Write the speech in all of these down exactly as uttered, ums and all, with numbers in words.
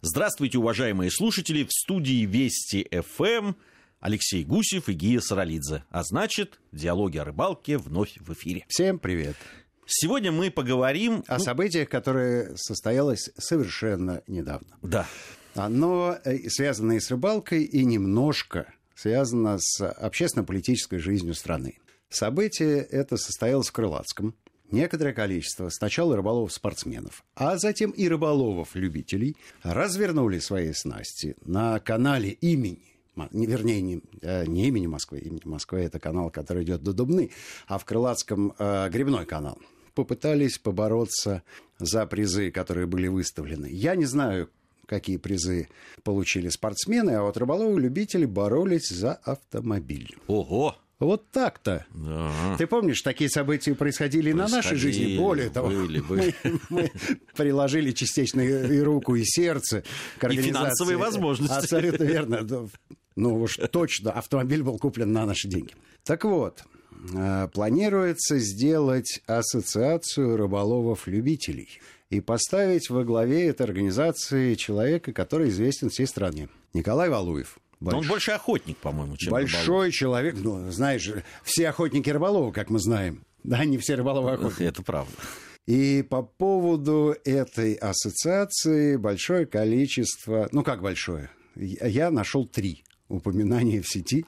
Здравствуйте, уважаемые слушатели, в студии Вести эф эм Алексей Гусев и Гия Саралидзе. А значит, диалоги о рыбалке вновь в эфире. Всем привет. Сегодня мы поговорим... О ну... событиях, которые состоялось совершенно недавно. Да. Оно связано и с рыбалкой, и немножко связано с общественно-политической жизнью страны. Событие это состоялось в Крылатском. Некоторое количество сначала рыболовов-спортсменов, а затем и рыболовов-любителей развернули свои снасти на канале имени, не, вернее, не, не имени Москвы, имени Москвы это канал, который идет до Дубны, а в Крылатском э, гребной канал. Попытались побороться за призы, которые были выставлены. Я не знаю, какие призы получили спортсмены, а вот рыболовы-любители боролись за автомобиль. Ого! Вот так-то. Да. Ты помнишь, такие события происходили, происходили на нашей жизни. Более того, были, были. Мы, мы приложили частично и руку, и сердце к организации. И финансовые возможности. Абсолютно верно. Ну уж точно, автомобиль был куплен на наши деньги. Так вот, планируется сделать ассоциацию рыболовов-любителей и поставить во главе этой организации человека, который известен всей стране. Николай Валуев. Больш... Он больше охотник, по-моему, чем Большой рыболов. Человек, ну, знаешь, все охотники рыболовы, как мы знаем. Да, не все рыболовы охотники. Это правда. И по поводу этой ассоциации большое количество... Ну, как большое? Я нашел три упоминания в сети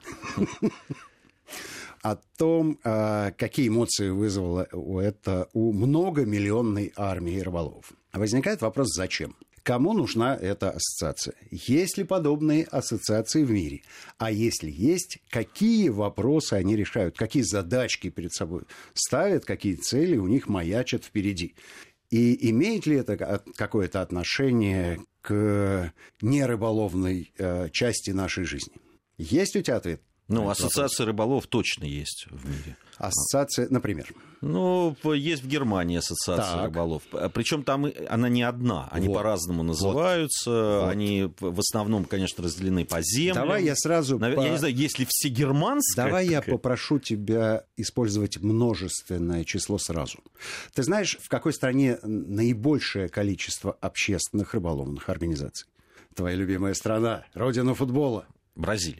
о том, какие эмоции вызвало это у многомиллионной армии рыболовов. Возникает вопрос, зачем? Кому нужна эта ассоциация? Есть ли подобные ассоциации в мире? А если есть, какие вопросы они решают? Какие задачки перед собой ставят? Какие цели у них маячат впереди? И имеет ли это какое-то отношение к нерыболовной э, части нашей жизни? Есть у тебя ответ? Ну, ассоциация рыболов точно есть в мире. Ассоциация, например? Ну, есть в Германии ассоциация так. рыболов. Причем там она не одна. Они вот. по-разному называются. Вот. Они в основном, конечно, разделены по землям. Давай я сразу... Я по... не знаю, есть ли всегерманская... Давай я попрошу тебя использовать множественное число сразу. Ты знаешь, в какой стране наибольшее количество общественных рыболовных организаций? Твоя любимая страна, родина футбола. Бразилия.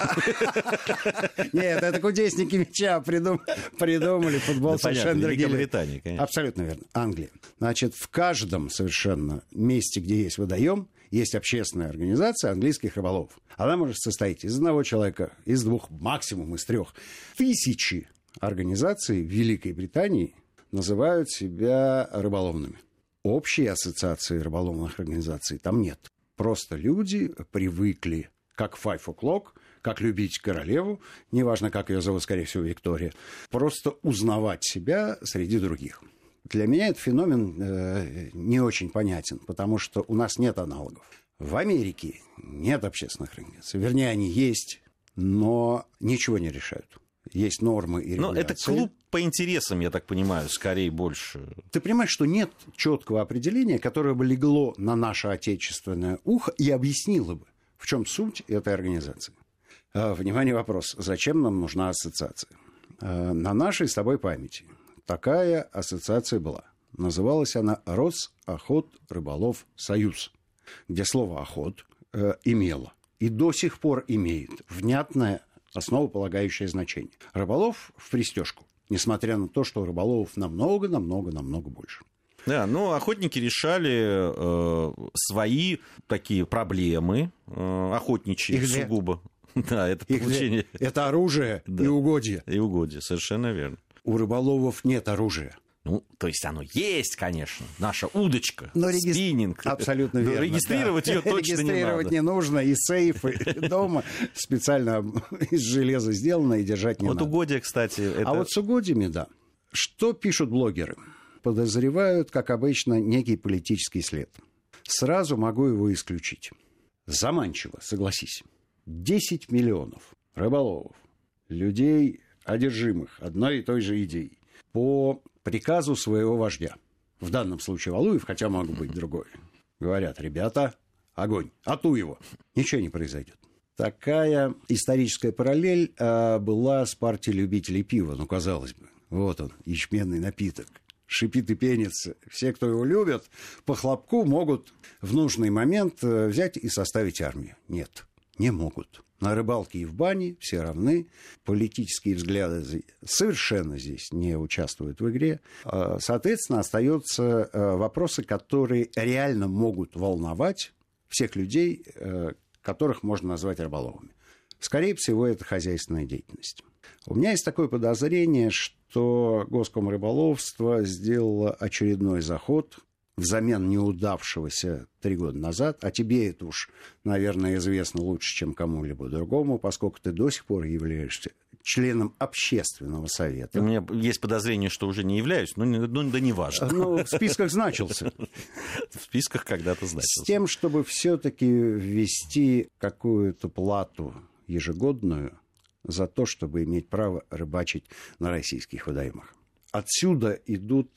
Нет, это кудесники мяча придумали футбол совершенно другие. Великобритания, конечно. Абсолютно верно. Англия. Значит, в каждом совершенно месте, где есть водоем, есть общественная организация английских рыболовов. Она может состоять из одного человека, из двух, максимум из трех. Тысячи организаций в Великой Британии называют себя рыболовными. Общей ассоциации рыболовных организаций там нет. Просто люди привыкли, как five o'clock, как любить королеву, неважно, как ее зовут, скорее всего, Виктория, просто узнавать себя среди других. Для меня этот феномен э, не очень понятен, потому что у нас нет аналогов. В Америке нет общественных организаций. Вернее, они есть, но ничего не решают. Есть нормы и регуляции. Но это клуб по интересам, я так понимаю, скорее больше. Ты понимаешь, что нет четкого определения, которое бы легло на наше отечественное ухо и объяснило бы, в чем суть этой организации. Внимание, вопрос. Зачем нам нужна ассоциация? На нашей с тобой памяти такая ассоциация была. Называлась она Росохот-Рыболов-Союз, где слово «охот» имело и до сих пор имеет внятное основополагающее значение. Рыболов в пристежку, несмотря на то, что рыболовов намного-намного-намного больше. Да, ну, охотники решали э, свои такие проблемы, э, охотничьи Их сугубо. Да, это Их получение... Это оружие да. и угодья. И угодья, совершенно верно. У рыболовов нет оружия. Ну, то есть оно есть, конечно, наша удочка, но реги... спиннинг. Абсолютно верно. Но регистрировать да. ее точно регистрировать не надо. не нужно, и сейфы дома специально из железа сделано, и держать не вот надо. Вот угодья, кстати... Это... А вот с угодьями, да. Что пишут блогеры? Подозревают, как обычно, некий политический след. Сразу могу его исключить. Заманчиво, согласись. десять миллионов рыболовов, людей, одержимых одной и той же идеей, по приказу своего вождя, в данном случае Валуев, хотя могу быть другой, говорят: ребята, огонь, ату его, ничего не произойдет. Такая историческая параллель а, была с партией любителей пива, ну, казалось бы, вот он, ячменный напиток, шипит и пенится. Все, кто его любят, по хлопку могут в нужный момент взять и составить армию. Нет, не могут. На рыбалке и в бане все равны. Политические взгляды совершенно здесь не участвуют в игре. Соответственно, остаются вопросы, которые реально могут волновать всех людей, которых можно назвать рыболовами. Скорее всего, это хозяйственная деятельность. У меня есть такое подозрение, что Госкомрыболовство сделало очередной заход взамен неудавшегося три года назад, а тебе это уж, наверное, известно лучше, чем кому-либо другому, поскольку ты до сих пор являешься членом общественного совета. У меня есть подозрение, что уже не являюсь, но, но да не важно. Ну, в списках значился. В списках когда-то значился. С тем, чтобы все-таки ввести какую-то плату ежегодную за то, чтобы иметь право рыбачить на российских водоемах. Отсюда идут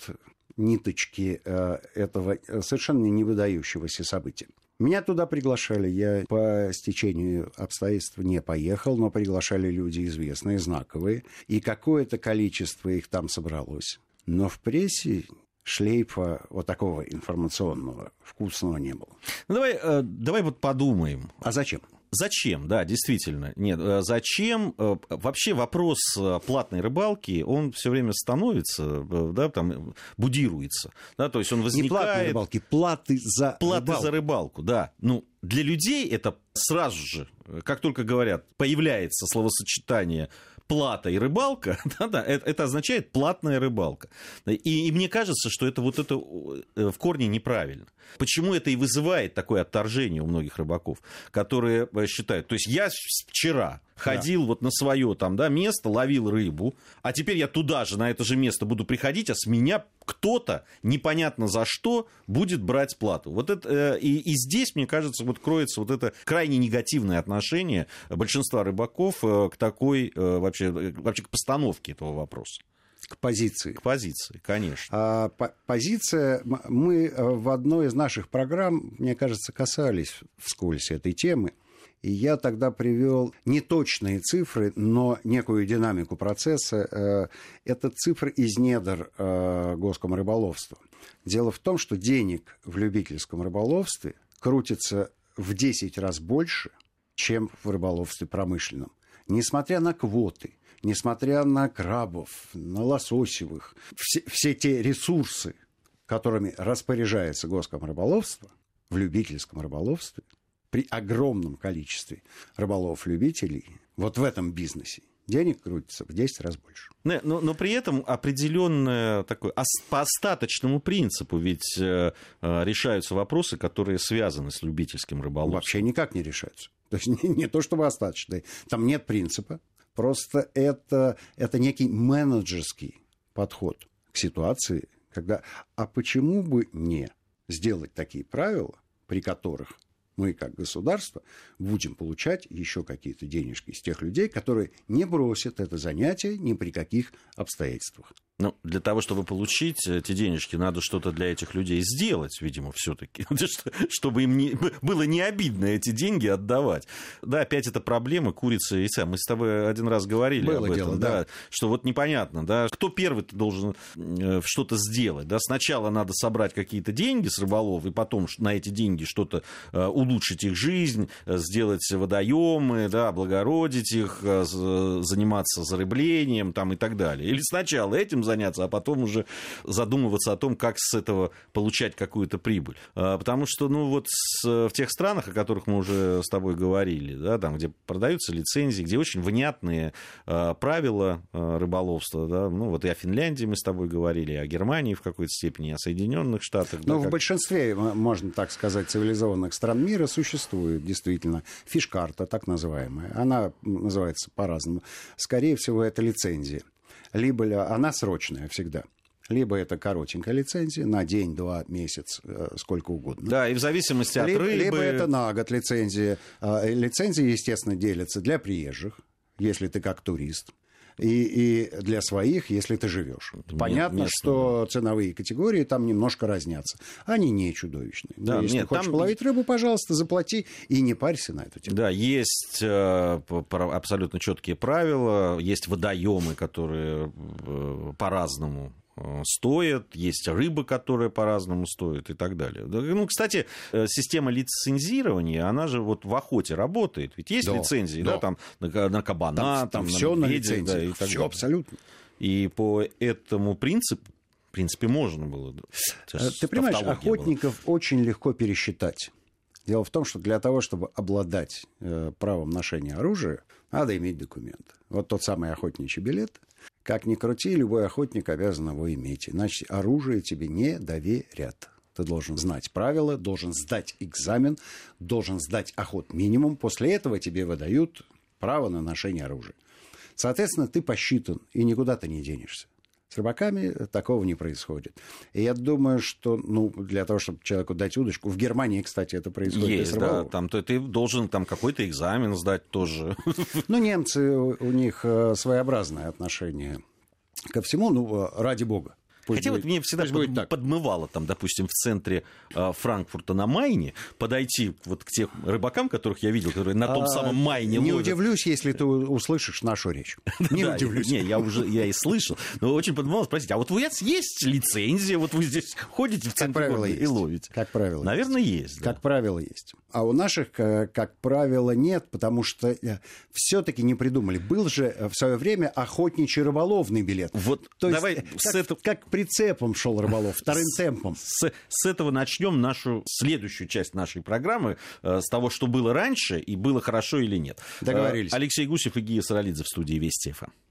ниточки этого совершенно не выдающегося события. Меня туда приглашали, я по стечению обстоятельств не поехал, но приглашали люди известные, знаковые, и какое-то количество их там собралось. Но в прессе шлейфа вот такого информационного вкусного не было. Ну, давай, давай вот подумаем. А зачем? Зачем, да, действительно. Нет, зачем? Вообще вопрос платной рыбалки, он все время становится, да, там, будируется. Да, то есть он возникает... Не платной рыбалки, платы за платы рыбалку. за рыбалку, да. Ну, для людей это сразу же, как только говорят, появляется словосочетание плата и рыбалка, да, да, это, это означает платная рыбалка. И, и мне кажется, что это вот это в корне неправильно. Почему это и вызывает такое отторжение у многих рыбаков, которые считают, то есть я вчера ходил да. вот на свое там, да, место, ловил рыбу, а теперь я туда же, на это же место буду приходить, а с меня кто-то, непонятно за что, будет брать плату. Вот это, и, и здесь, мне кажется, вот кроется вот это крайне негативное отношение большинства рыбаков к такой, вообще, вообще к постановке этого вопроса. К позиции. К позиции, конечно. А, по- позиция... Мы в одной из наших программ, мне кажется, касались вскользь этой темы. И я тогда привел не точные цифры, но некую динамику процесса. Это цифры из недр Госкомрыболовства. Дело в том, что денег в любительском рыболовстве крутится в десять раз больше, чем в рыболовстве промышленном. Несмотря на квоты, несмотря на крабов, на лососевых, все, все те ресурсы, которыми распоряжается Госкомрыболовство, в любительском рыболовстве, при огромном количестве рыболов-любителей, вот в этом бизнесе, денег крутится в десять раз больше. Но, но, но при этом определенное такое, по остаточному принципу ведь э, решаются вопросы, которые связаны с любительским рыболовством. Вообще никак не решаются. То есть не, не то чтобы остаточные. Там нет принципа. Просто это, это некий менеджерский подход к ситуации, когда, а почему бы не сделать такие правила, при которых мы, как государство, будем получать еще какие-то денежки из тех людей, которые не бросят это занятие ни при каких обстоятельствах. Ну, для того, чтобы получить эти денежки, надо что-то для этих людей сделать, видимо, все-таки, чтобы им не, было не обидно эти деньги отдавать. Да, опять это проблема курицы и яйца. Мы с тобой один раз говорили было об этом, дело, да, да, что вот непонятно, да, кто первый должен что-то сделать. Да? Сначала надо собрать какие-то деньги с рыболов, и потом на эти деньги что-то улучшить их жизнь, сделать водоемы, да, облагородить их, заниматься зарыблением там, и так далее. Или сначала этим заняться, а потом уже задумываться о том, как с этого получать какую-то прибыль. Потому что, ну, вот в тех странах, о которых мы уже с тобой говорили, да, там, где продаются лицензии, где очень внятные правила рыболовства, да, ну, вот и о Финляндии мы с тобой говорили, и о Германии в какой-то степени, и о Соединенных Штатах. Но да, в как... большинстве, можно так сказать, цивилизованных стран мира существует действительно фиш-карта, так называемая. Она называется по-разному. Скорее всего, это лицензия. Либо она срочная всегда, либо это коротенькая лицензия на день, два, месяц, сколько угодно. Да, и в зависимости от либо, рыбы. Либо это на год лицензия. Лицензии, естественно, делятся для приезжих, если ты как турист, и, и для своих, если ты живешь. Понятно, местно, что да. ценовые категории там немножко разнятся. Они не чудовищные. Да, да, если нет, хочешь там... половить рыбу, пожалуйста, заплати и не парься на эту тему. Да, есть э, абсолютно четкие правила, есть водоемы, которые э, по-разному стоят, есть рыба, которая по-разному стоит и так далее. Ну, кстати, система лицензирования, она же вот в охоте работает. Ведь есть да, лицензии, да, да там на, на кабана, там, там, там все на лицензии, да, и все абсолютно. И по этому принципу, в принципе, можно было. Ты понимаешь, охотников была. Очень легко пересчитать. Дело в том, что для того, чтобы обладать э, правом ношения оружия, надо иметь документ. Вот тот самый охотничий билет. Как ни крути, любой охотник обязан его иметь. Иначе оружие тебе не доверят. Ты должен знать правила, должен сдать экзамен, должен сдать охот-минимум. После этого тебе выдают право на ношение оружия. Соответственно, ты посчитан, и никуда ты не денешься. С рыбаками такого не происходит. И я думаю, что ну, для того, чтобы человеку дать удочку... В Германии, кстати, это происходит. Есть, да. Там ты, ты должен там, какой-то экзамен сдать тоже. Ну, немцы, у них своеобразное отношение ко всему. Ну, ради бога. Пусть Хотя будет, вот мне всегда под, подмывало, там, допустим, в центре э, Франкфурта на Майне подойти вот к тем рыбакам, которых я видел, которые на том а, самом Майне не ловят. Удивлюсь, если ты услышишь нашу речь. Не да, удивлюсь. Не, я уже я и слышал. Но очень подмывало спросить, а вот у вас есть лицензия? Вот вы здесь ходите в центре города и ловите? Как правило, наверное, есть. есть как да. правило, есть. А у наших, как правило, нет, потому что все-таки не придумали. Был же в свое время охотничий рыболовный билет. Вот То давай есть, с как, этого... как прицепом шел рыболов, вторым темпом. С, с этого начнем нашу следующую часть нашей программы, с того, что было раньше и было хорошо или нет. Договорились. Алексей Гусев и Гия Саралидзе в студии Вести ФМ.